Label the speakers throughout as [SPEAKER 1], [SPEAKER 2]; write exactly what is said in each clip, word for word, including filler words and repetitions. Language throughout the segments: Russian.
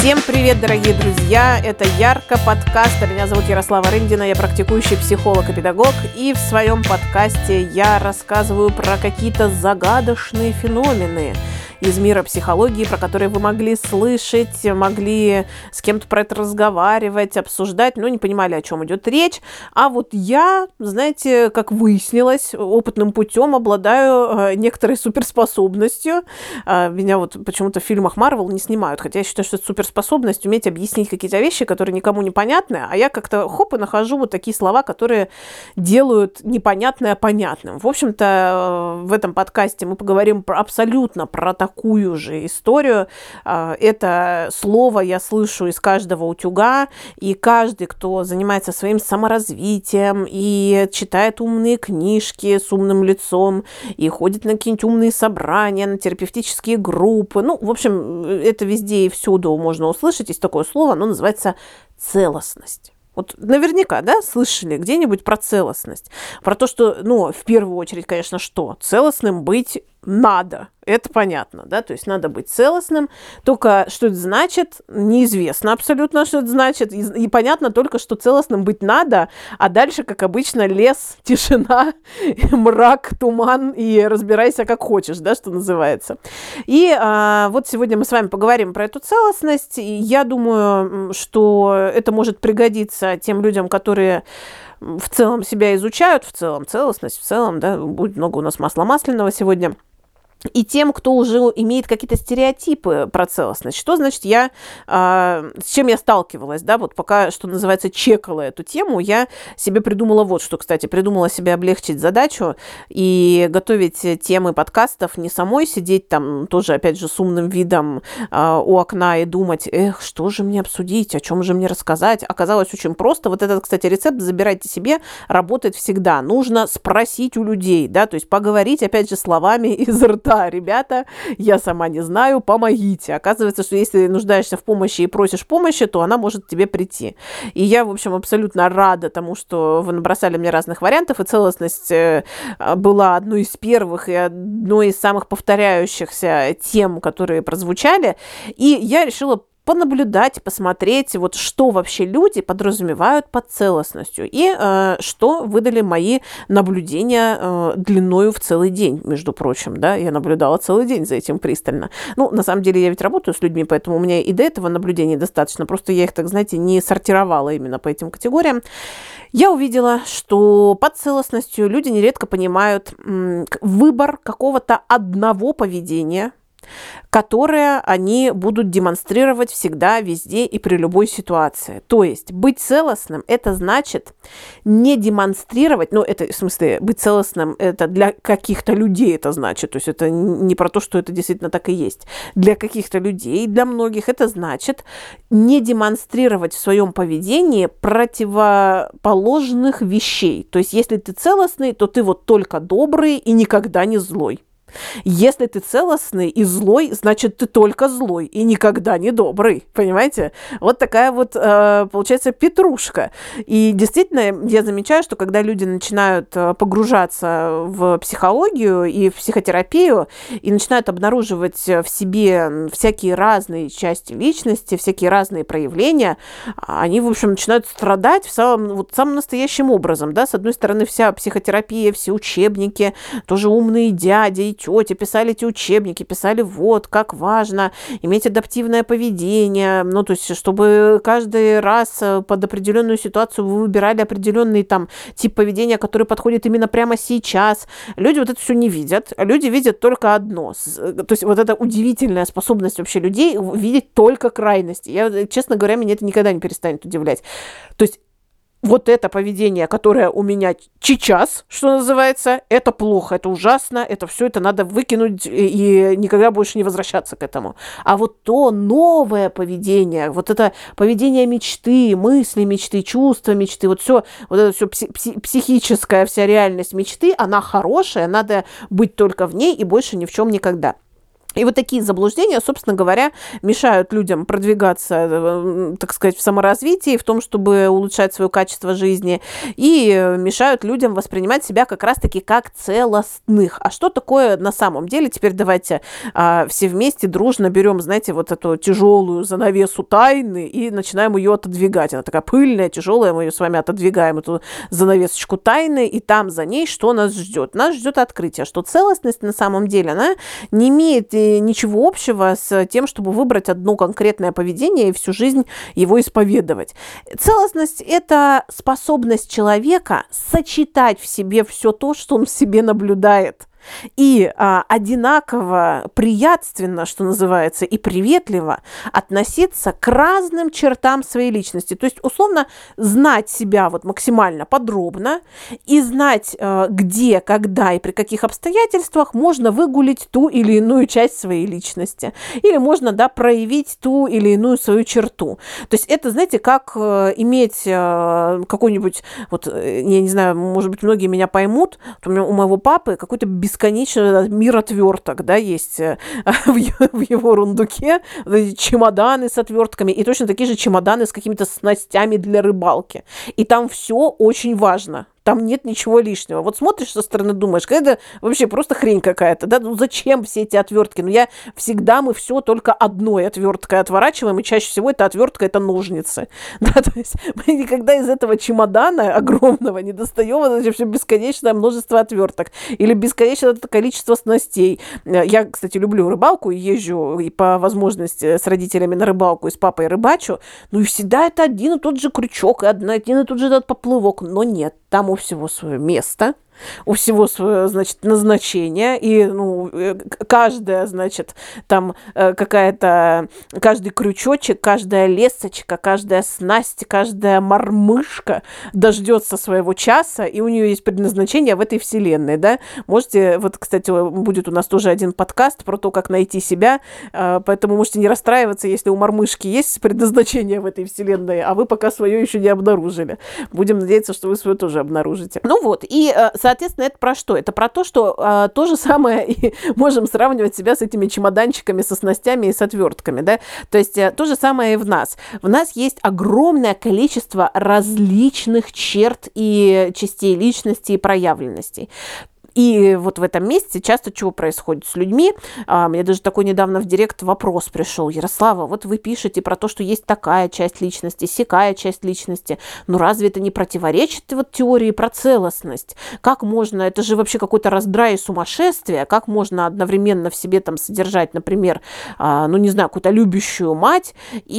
[SPEAKER 1] Всем привет, дорогие друзья! Это Ярко подкаст. Меня зовут Ярослава Рындина, я практикующий психолог и педагог. И в своем подкасте я рассказываю про какие-то загадочные феномены из мира психологии, про которые вы могли слышать, могли с кем-то про это разговаривать, обсуждать, но не понимали, о чем идет речь. А вот я, знаете, как выяснилось, опытным путем обладаю некоторой суперспособностью. Меня вот почему-то в фильмах Марвел не снимают, хотя я считаю, что это суперспособность уметь объяснить какие-то вещи, которые никому не понятны, а я как-то хоп и нахожу вот такие слова, которые делают непонятное понятным. В общем-то, в этом подкасте мы поговорим про, абсолютно про такое такую же историю. Это слово я слышу из каждого утюга, и каждый, кто занимается своим саморазвитием и читает умные книжки с умным лицом, и ходит на какие-нибудь умные собрания, на терапевтические группы, ну, в общем, это везде и всюду можно услышать. Есть такое слово, оно называется целостность. Вот наверняка, да, слышали где-нибудь про целостность, про то, что, ну, в первую очередь, конечно, что? Целостным быть надо. Это понятно, да, то есть надо быть целостным, только что это значит, неизвестно абсолютно, что это значит, и, и понятно только, что целостным быть надо, а дальше, как обычно, лес, тишина, мрак, туман, и разбирайся как хочешь, да, что называется. И а, вот сегодня мы с вами поговорим про эту целостность, и я думаю, что это может пригодиться тем людям, которые в целом себя изучают, в целом целостность, в целом, да, будет много у нас масла масляного сегодня. И тем, кто уже имеет какие-то стереотипы про целостность. Что значит я, э, с чем я сталкивалась, да, вот пока, что называется, чекала эту тему, я себе придумала вот что, кстати, придумала себе облегчить задачу и готовить темы подкастов, не самой сидеть там тоже, опять же, с умным видом э, у окна и думать, эх, что же мне обсудить, о чем же мне рассказать. Оказалось очень просто. Вот этот, кстати, рецепт забирайте себе, работает всегда. Нужно спросить у людей, да, то есть поговорить, опять же, словами из рта. Ребята, я сама не знаю, помогите. Оказывается, что если нуждаешься в помощи и просишь помощи, то она может к тебе прийти. И я, в общем, абсолютно рада тому, что вы набросали мне разных вариантов, и целостность была одной из первых и одной из самых повторяющихся тем, которые прозвучали. И я решила понаблюдать, посмотреть, вот что вообще люди подразумевают под целостностью и э, что выдали мои наблюдения э, длиною в целый день, между прочим, да, я наблюдала целый день за этим пристально. Ну, на самом деле, я ведь работаю с людьми, поэтому у меня и до этого наблюдений достаточно, просто я их, так знаете, не сортировала именно по этим категориям. Я увидела, что под целостностью люди нередко понимают м, выбор какого-то одного поведения, которые они будут демонстрировать всегда, везде и при любой ситуации. То есть быть целостным – это значит не демонстрировать, ну, это, в смысле, быть целостным – это для каких-то людей это значит, то есть это не про то, что это действительно так и есть. Для каких-то людей, для многих это значит не демонстрировать в своем поведении противоположных вещей. То есть если ты целостный, то ты вот только добрый и никогда не злой. Если ты целостный и злой, значит, ты только злой и никогда не добрый, понимаете? Вот такая вот, э, получается, петрушка. И действительно, я замечаю, что когда люди начинают погружаться в психологию и в психотерапию и начинают обнаруживать в себе всякие разные части личности, всякие разные проявления, они, в общем, начинают страдать в самом, вот, самым настоящим образом, да? С одной стороны, вся психотерапия, все учебники, тоже умные дяди и тети писали эти учебники, писали вот, как важно иметь адаптивное поведение, ну, то есть, чтобы каждый раз под определенную ситуацию вы выбирали определенный там тип поведения, который подходит именно прямо сейчас. Люди вот это все не видят, люди видят только одно. То есть, вот эта удивительная способность вообще людей видеть только крайности. Я, честно говоря, меня это никогда не перестанет удивлять. То есть, вот это поведение, которое у меня сейчас, что называется, это плохо, это ужасно, это все, это надо выкинуть и никогда больше не возвращаться к этому. А вот то новое поведение, вот это поведение мечты, мысли мечты, чувства мечты, вот все, вот это все пси- психическая вся реальность мечты, она хорошая, надо быть только в ней и больше ни в чем никогда. И вот такие заблуждения, собственно говоря, мешают людям продвигаться, так сказать, в саморазвитии, в том, чтобы улучшать свое качество жизни, и мешают людям воспринимать себя как раз-таки как целостных. А что такое на самом деле? Теперь давайте а, все вместе дружно берем, знаете, вот эту тяжелую занавесу тайны и начинаем ее отодвигать. Она такая пыльная, тяжелая, мы ее с вами отодвигаем, эту занавесочку тайны, и там за ней что нас ждет? Нас ждет открытие, что целостность на самом деле, она не имеет ничего общего с тем, чтобы выбрать одно конкретное поведение и всю жизнь его исповедовать. Целостность – это способность человека сочетать в себе все то, что он в себе наблюдает. И а, одинаково приятственно, что называется, и приветливо относиться к разным чертам своей личности. То есть, условно, знать себя вот максимально подробно и знать, а, где, когда и при каких обстоятельствах можно выгулить ту или иную часть своей личности. Или можно, да, проявить ту или иную свою черту. То есть это, знаете, как а, иметь а, какой-нибудь, вот, я не знаю, может быть, многие меня поймут, у, меня, у моего папы какой-то бесконечный бесконечно мир отверток, да, есть в его рундуке, чемоданы с отвертками и точно такие же чемоданы с какими-то снастями для рыбалки. И там все очень важно. Там нет ничего лишнего. Вот смотришь со стороны, думаешь, это вообще просто хрень какая-то, да, ну зачем все эти отвертки? Ну я всегда, мы все только одной отверткой отворачиваем, и чаще всего эта отвертка – это ножницы, да, то есть мы никогда из этого чемодана огромного не достаем, значит, все бесконечное множество отверток или бесконечное количество снастей. Я, кстати, люблю рыбалку, езжу и по возможности с родителями на рыбалку и с папой рыбачу, ну и всегда это один и тот же крючок, и один и тот же этот поплывок, но нет, там у всего свое место, у всего свое, значит, назначение, и, ну, каждая, значит, там какая-то, каждый крючочек, каждая лесочка, каждая снасть, каждая мормышка дождется своего часа, и у нее есть предназначение в этой вселенной, да. Можете, вот, кстати, будет у нас тоже один подкаст про то, как найти себя, поэтому можете не расстраиваться, если у мормышки есть предназначение в этой вселенной, а вы пока свое еще не обнаружили. Будем надеяться, что вы свое тоже обнаружите. Ну вот, и соответственно, это про что? Это про то, что а, то же самое и можем сравнивать себя с этими чемоданчиками, со снастями и с отвертками, да? То есть а, то же самое и в нас. В нас есть огромное количество различных черт и частей личности и проявленностей. И вот в этом месте часто чего происходит с людьми? А, мне даже такой недавно в директ вопрос пришел. Ярослава, вот вы пишете про то, что есть такая часть личности, сякая часть личности. Ну разве это не противоречит вот теории про целостность? Как можно, это же вообще какой-то раздрай и сумасшествие, как можно одновременно в себе там содержать, например, а, ну не знаю, какую-то любящую мать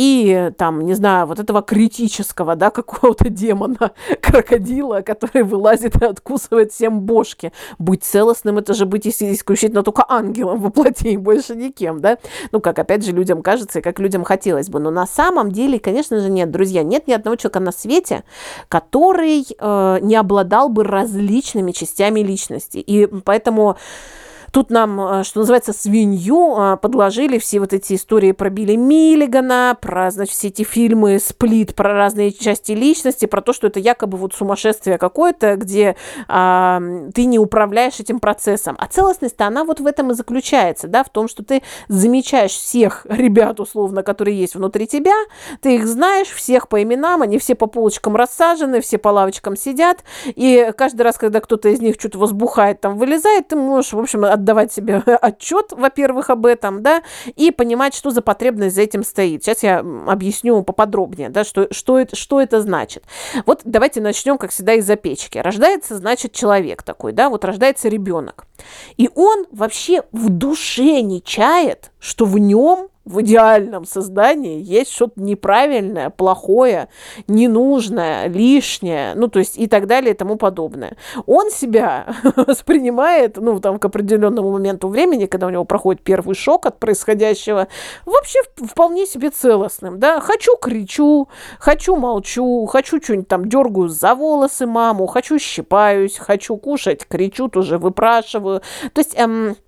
[SPEAKER 1] и там, не знаю, вот этого критического, да, какого-то демона, крокодила, который вылазит и откусывает всем бошки. Быть целостным – это же быть исключительно только ангелом во плоти и больше никем, да? Ну, как, опять же, людям кажется и как людям хотелось бы. Но на самом деле, конечно же, нет, друзья, нет ни одного человека на свете, который э, не обладал бы различными частями личности. И поэтому тут нам, что называется, свинью подложили все вот эти истории про Билли Миллигана, про, значит, все эти фильмы «Сплит», про разные части личности, про то, что это якобы вот сумасшествие какое-то, где а, ты не управляешь этим процессом. А целостность-то, она вот в этом и заключается, да, в том, что ты замечаешь всех ребят, условно, которые есть внутри тебя, ты их знаешь, всех по именам, они все по полочкам рассажены, все по лавочкам сидят, и каждый раз, когда кто-то из них что-то возбухает, там, вылезает, ты можешь, в общем, отдавать себе отчет, во-первых, об этом, да, и понимать, что за потребность за этим стоит. Сейчас я объясню поподробнее, да, что, что, это, что это значит. Вот давайте начнем, как всегда, из-за печки. Рождается, значит, человек такой, да, вот рождается ребенок. И он вообще в душе не чает, что в нем в идеальном создании есть что-то неправильное, плохое, ненужное, лишнее, ну, то есть и так далее и тому подобное. Он себя воспринимает, ну, там, к определенному моменту времени, когда у него проходит первый шок от происходящего, вообще вполне себе целостным, да. Хочу, кричу, хочу, молчу, хочу, что-нибудь там дергаю за волосы маму, хочу, щипаюсь, хочу кушать, кричу, тоже выпрашиваю. То есть... Эм,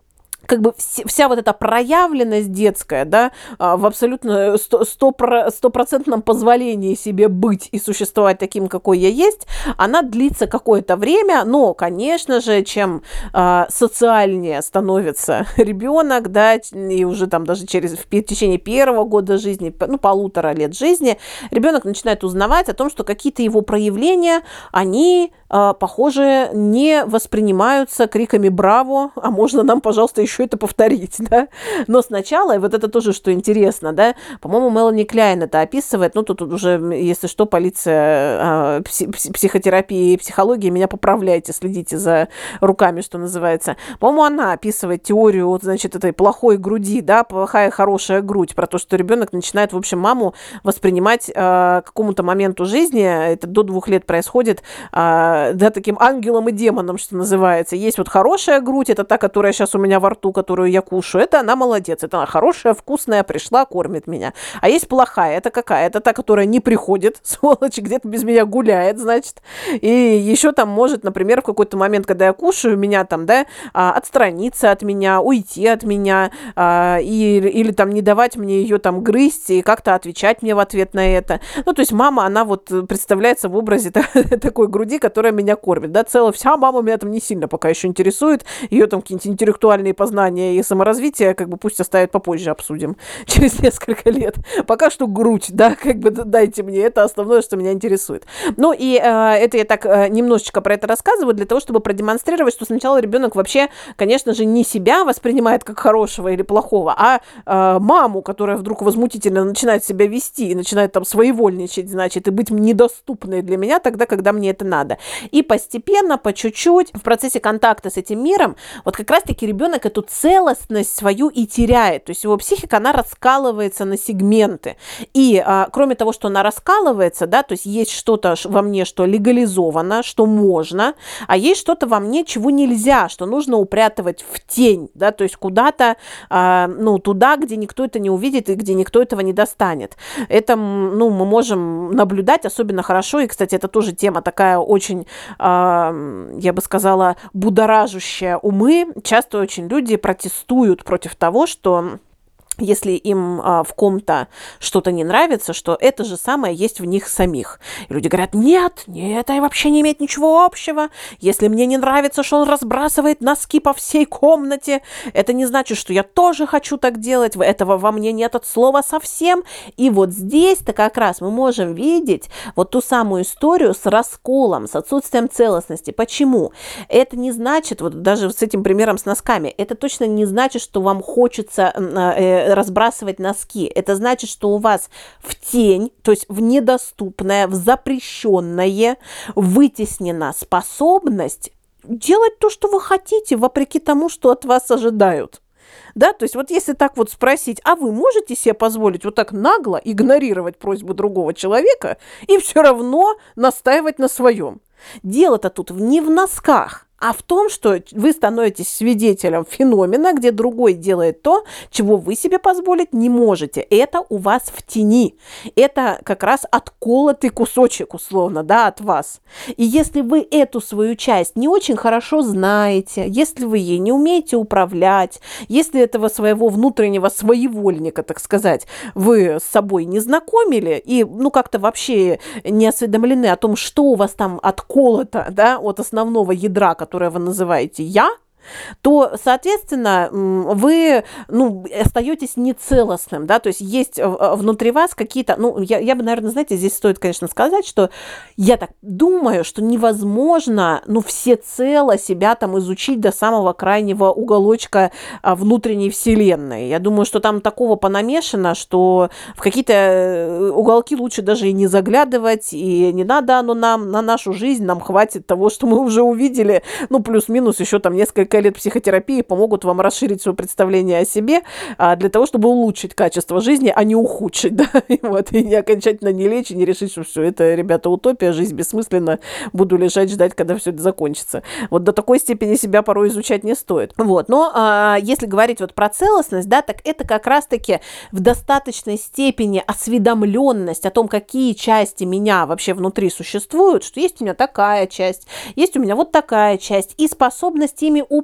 [SPEAKER 1] как бы вся вот эта проявленность детская, да, в абсолютно стопроцентном позволении себе быть и существовать таким, какой я есть, она длится какое-то время, но, конечно же, чем а, социальнее становится ребенок, да, и уже там даже через, в течение первого года жизни, ну, полутора лет жизни, ребенок начинает узнавать о том, что какие-то его проявления, они, а, похоже, не воспринимаются криками «Браво!», а можно нам, пожалуйста, еще это повторить, да. Но сначала, и вот это тоже, что интересно, да, по-моему, Мелани Кляйн это описывает, ну, тут, тут уже, если что, полиция э, пси- психотерапии и психологии, меня поправляйте, следите за руками, что называется. По-моему, она описывает теорию, вот, значит, этой плохой груди, да, плохая, хорошая грудь, про то, что ребенок начинает, в общем, маму воспринимать э, к какому-то моменту жизни, это до двух лет происходит, э, да, таким ангелом и демоном, что называется. Есть вот хорошая грудь, это та, которая сейчас у меня во рту, которую я кушаю, это она молодец, это она хорошая, вкусная, пришла, кормит меня. А есть плохая, это какая? Это та, которая не приходит, сволочь, где-то без меня гуляет, значит. И еще там может, например, в какой-то момент, когда я кушаю, меня там, да, отстраниться от меня, уйти от меня, и, или там не давать мне ее там грызть и как-то отвечать мне в ответ на это. Ну, то есть мама, она вот представляется в образе такой груди, которая меня кормит, да, целая вся мама меня там не сильно пока еще интересует, ее там какие-нибудь интеллектуальные познания и саморазвитие, как бы пусть оставят попозже, обсудим, через несколько лет. Пока что грудь, да, как бы дайте мне, это основное, что меня интересует. Ну и э, это я так э, немножечко про это рассказываю, для того, чтобы продемонстрировать, что сначала ребенок вообще, конечно же, не себя воспринимает как хорошего или плохого, а э, маму, которая вдруг возмутительно начинает себя вести и начинает там своевольничать, значит, и быть недоступной для меня тогда, когда мне это надо. И постепенно, по чуть-чуть, в процессе контакта с этим миром, вот как раз-таки ребенок эту целостность свою и теряет. То есть его психика, она раскалывается на сегменты. И а, кроме того, что она раскалывается, да, то есть есть что-то во мне, что легализовано, что можно, а есть что-то во мне, чего нельзя, что нужно упрятывать в тень, да, то есть куда-то, а, ну, туда, где никто это не увидит и где никто этого не достанет. Это, ну, мы можем наблюдать особенно хорошо, и, кстати, это тоже тема такая очень, а, я бы сказала, будоражущая умы. Часто очень люди протестуют против того, что если им а, в ком-то что-то не нравится, что это же самое есть в них самих. И люди говорят, нет, нет, это вообще не имеет ничего общего. Если мне не нравится, что он разбрасывает носки по всей комнате, это не значит, что я тоже хочу так делать. Этого во мне нет от слова совсем. И вот здесь-то как раз мы можем видеть вот ту самую историю с расколом, с отсутствием целостности. Почему? Это не значит, вот даже с этим примером с носками, это точно не значит, что вам хочется э, разбрасывать носки. Это значит, что у вас в тень, то есть в недоступное, в запрещенное вытеснена способность делать то, что вы хотите, вопреки тому, что от вас ожидают. Да, то есть вот если так вот спросить, а вы можете себе позволить вот так нагло игнорировать просьбу другого человека и все равно настаивать на своем? Дело-то тут не в носках, а в том, что вы становитесь свидетелем феномена, где другой делает то, чего вы себе позволить не можете. Это у вас в тени. Это как раз отколотый кусочек, условно, да, от вас. И если вы эту свою часть не очень хорошо знаете, если вы ей не умеете управлять, если этого своего внутреннего своевольника, так сказать, вы с собой не знакомили и, ну, как-то вообще не осведомлены о том, что у вас там отколото, да, от основного ядра, которое вы называете «я», то, соответственно, вы, ну, остаетесь нецелостным, да, то есть есть внутри вас какие-то, ну, я, я бы, наверное, знаете, здесь стоит, конечно, сказать, что я так думаю, что невозможно, ну, всецело себя там изучить до самого крайнего уголочка внутренней вселенной. Я думаю, что там такого понамешано, что в какие-то уголки лучше даже и не заглядывать, и не надо оно нам, на нашу жизнь нам хватит того, что мы уже увидели, ну, плюс-минус еще там несколько лет психотерапии помогут вам расширить свое представление о себе а, для того, чтобы улучшить качество жизни, а не ухудшить, да, и, вот, и не окончательно не лечь, и не решить, что все, это, ребята, утопия, жизнь бессмысленна, буду лежать, ждать, когда все это закончится. Вот до такой степени себя порой изучать не стоит. Вот, но а, если говорить вот про целостность, да, так это как раз-таки в достаточной степени осведомленность о том, какие части меня вообще внутри существуют, что есть у меня такая часть, есть у меня вот такая часть, и способность ими управлять,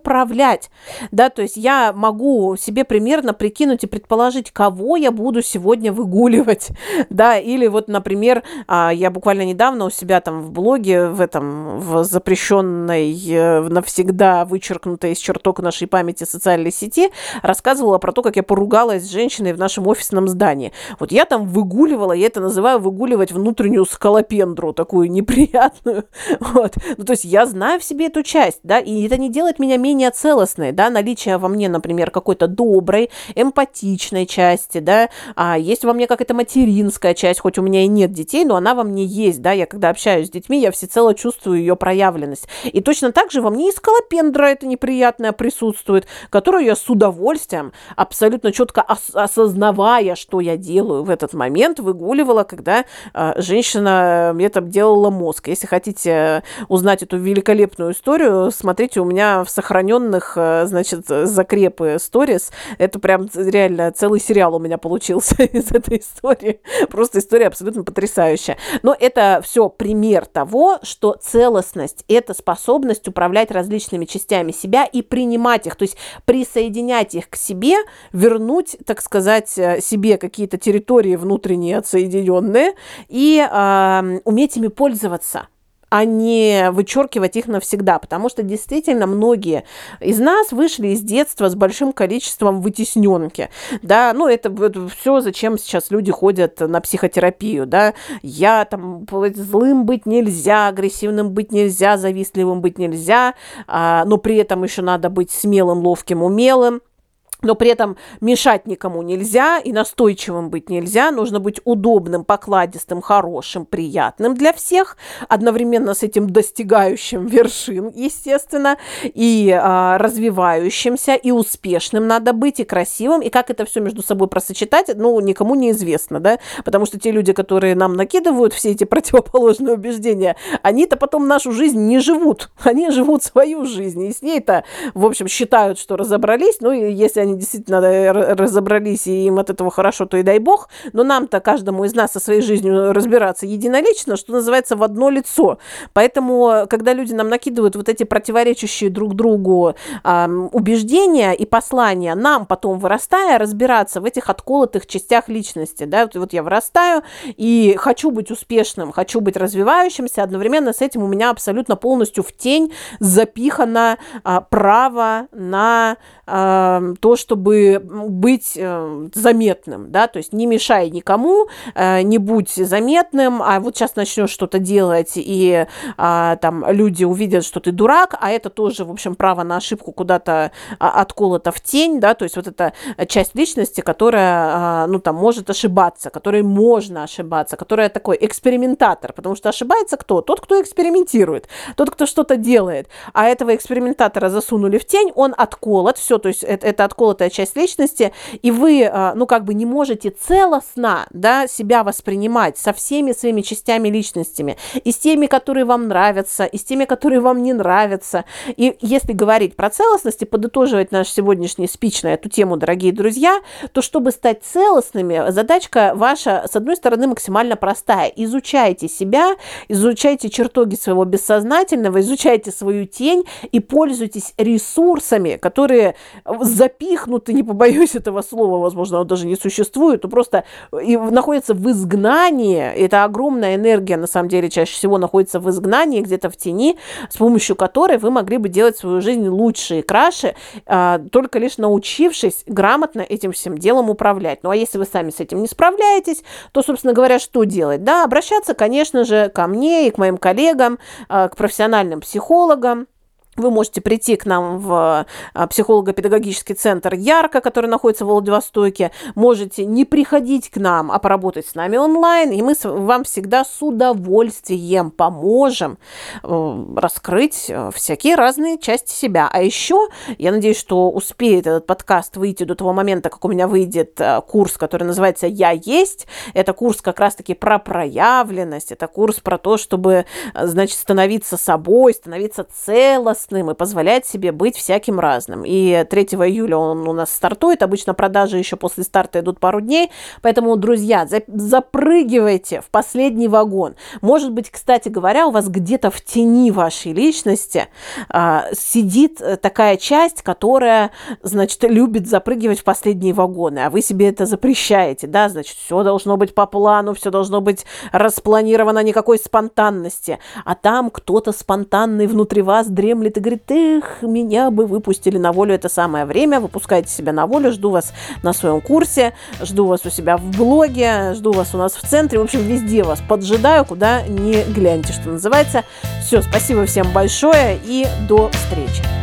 [SPEAKER 1] управлять, да, то есть я могу себе примерно прикинуть и предположить, кого я буду сегодня выгуливать, да, или вот, например, я буквально недавно у себя там в блоге, в этом, в запрещенной, навсегда вычеркнутой из чертог нашей памяти социальной сети, рассказывала про то, как я поругалась с женщиной в нашем офисном здании. Вот я там выгуливала, я это называю выгуливать внутреннюю скалопендру, такую неприятную, вот. Ну, то есть я знаю в себе эту часть, да, и это не делает меня менее целостной, да, наличие во мне, например, какой-то доброй, эмпатичной части, да, а есть во мне какая-то материнская часть, хоть у меня и нет детей, но она во мне есть, да, я когда общаюсь с детьми, я всецело чувствую ее проявленность. И точно так же во мне и скалопендра эта неприятная присутствует, которую я с удовольствием, абсолютно четко ос- осознавая, что я делаю в этот момент, выгуливала, когда э, женщина мне там делала мозг. Если хотите узнать эту великолепную историю, смотрите, у меня в сохраненных, э, значит, закрепы сторис, это прям реально целый сериал у меня получился из этой истории. Просто история абсолютно потрясающая. Но это все пример того, что целостность – это способность управлять различными частями себя и принимать их, то есть присоединять их к себе, вернуть, так сказать, себе какие-то территории внутренние отсоединенные и э, уметь ими пользоваться, а не вычеркивать их навсегда, потому что действительно многие из нас вышли из детства с большим количеством вытесненки, да, ну это, это все, зачем сейчас люди ходят на психотерапию, да, я там, злым быть нельзя, агрессивным быть нельзя, завистливым быть нельзя, а, но при этом еще надо быть смелым, ловким, умелым. Но при этом мешать никому нельзя и настойчивым быть нельзя. Нужно быть удобным, покладистым, хорошим, приятным для всех, одновременно с этим достигающим вершин, естественно, и а, развивающимся, и успешным надо быть, и красивым. И как это все между собой просочетать, ну, никому не известно, да, потому что те люди, которые нам накидывают все эти противоположные убеждения, они-то потом нашу жизнь не живут. Они живут свою жизнь, и с ней-то, в общем, считают, что разобрались, ну, и если они действительно разобрались, и им от этого хорошо, то и дай бог. Но нам-то, каждому из нас со своей жизнью разбираться единолично, что называется, в одно лицо. Поэтому, когда люди нам накидывают вот эти противоречащие друг другу э, убеждения и послания, нам потом, вырастая, разбираться в этих отколотых частях личности. Да? Вот, вот я вырастаю и хочу быть успешным, хочу быть развивающимся, одновременно с этим у меня абсолютно полностью в тень запихано э, право на э, то, чтобы быть э, заметным, да, то есть не мешай никому, э, не будь заметным, а вот сейчас начнешь что-то делать, и э, там люди увидят, что ты дурак, а это тоже, в общем, право на ошибку куда-то э, отколото в тень, да, то есть вот эта часть личности, которая, э, ну, там, может ошибаться, которой можно ошибаться, которая такой экспериментатор, потому что ошибается кто? Тот, кто экспериментирует, тот, кто что-то делает, а этого экспериментатора засунули в тень, он отколот, все, то есть это, это отколотая часть личности, и вы, ну, как бы не можете целостно, да, себя воспринимать со всеми своими частями личностями, и с теми, которые вам нравятся, и с теми, которые вам не нравятся. И если говорить про целостность и подытоживать наш сегодняшний спич на эту тему, дорогие друзья, то чтобы стать целостными, задачка ваша, с одной стороны, максимально простая. Изучайте себя, изучайте чертоги своего бессознательного, изучайте свою тень и пользуйтесь ресурсами, которые запихнуты, не побоюсь этого слова, возможно, оно даже не существует, но просто и находится в изгнании. Это огромная энергия, на самом деле, чаще всего находится в изгнании, где-то в тени, с помощью которой вы могли бы делать свою жизнь лучше и краше, только лишь научившись грамотно этим всем делом управлять. Ну, а если вы сами с этим не справляетесь, то, собственно говоря, что делать? Да, обращаться, конечно же, ко мне и к моим коллегам, к профессиональным психологам. Вы можете прийти к нам в психолого-педагогический центр «Ярко», который находится в Владивостоке. Можете не приходить к нам, а поработать с нами онлайн, и мы вам всегда с удовольствием поможем раскрыть всякие разные части себя. А еще, я надеюсь, что успеет этот подкаст выйти до того момента, как у меня выйдет курс, который называется «Я есть». Это курс как раз-таки про проявленность, это курс про то, чтобы, значит, становиться собой, становиться целостным, радостным и позволять себе быть всяким разным. И третьего июля он у нас стартует. Обычно продажи еще после старта идут пару дней. Поэтому, друзья, запрыгивайте в последний вагон. Может быть, кстати говоря, у вас где-то в тени вашей личности а, сидит такая часть, которая, значит, любит запрыгивать в последние вагоны, а вы себе это запрещаете, да, значит, все должно быть по плану, все должно быть распланировано, никакой спонтанности. А там кто-то спонтанный внутри вас дремлет и говорит: эх, меня бы выпустили на волю, это самое время, выпускайте себя на волю, жду вас на своем курсе, жду вас у себя в блоге, жду вас у нас в центре, в общем, везде вас поджидаю, куда ни гляньте, что называется. Все, спасибо всем большое и до встречи.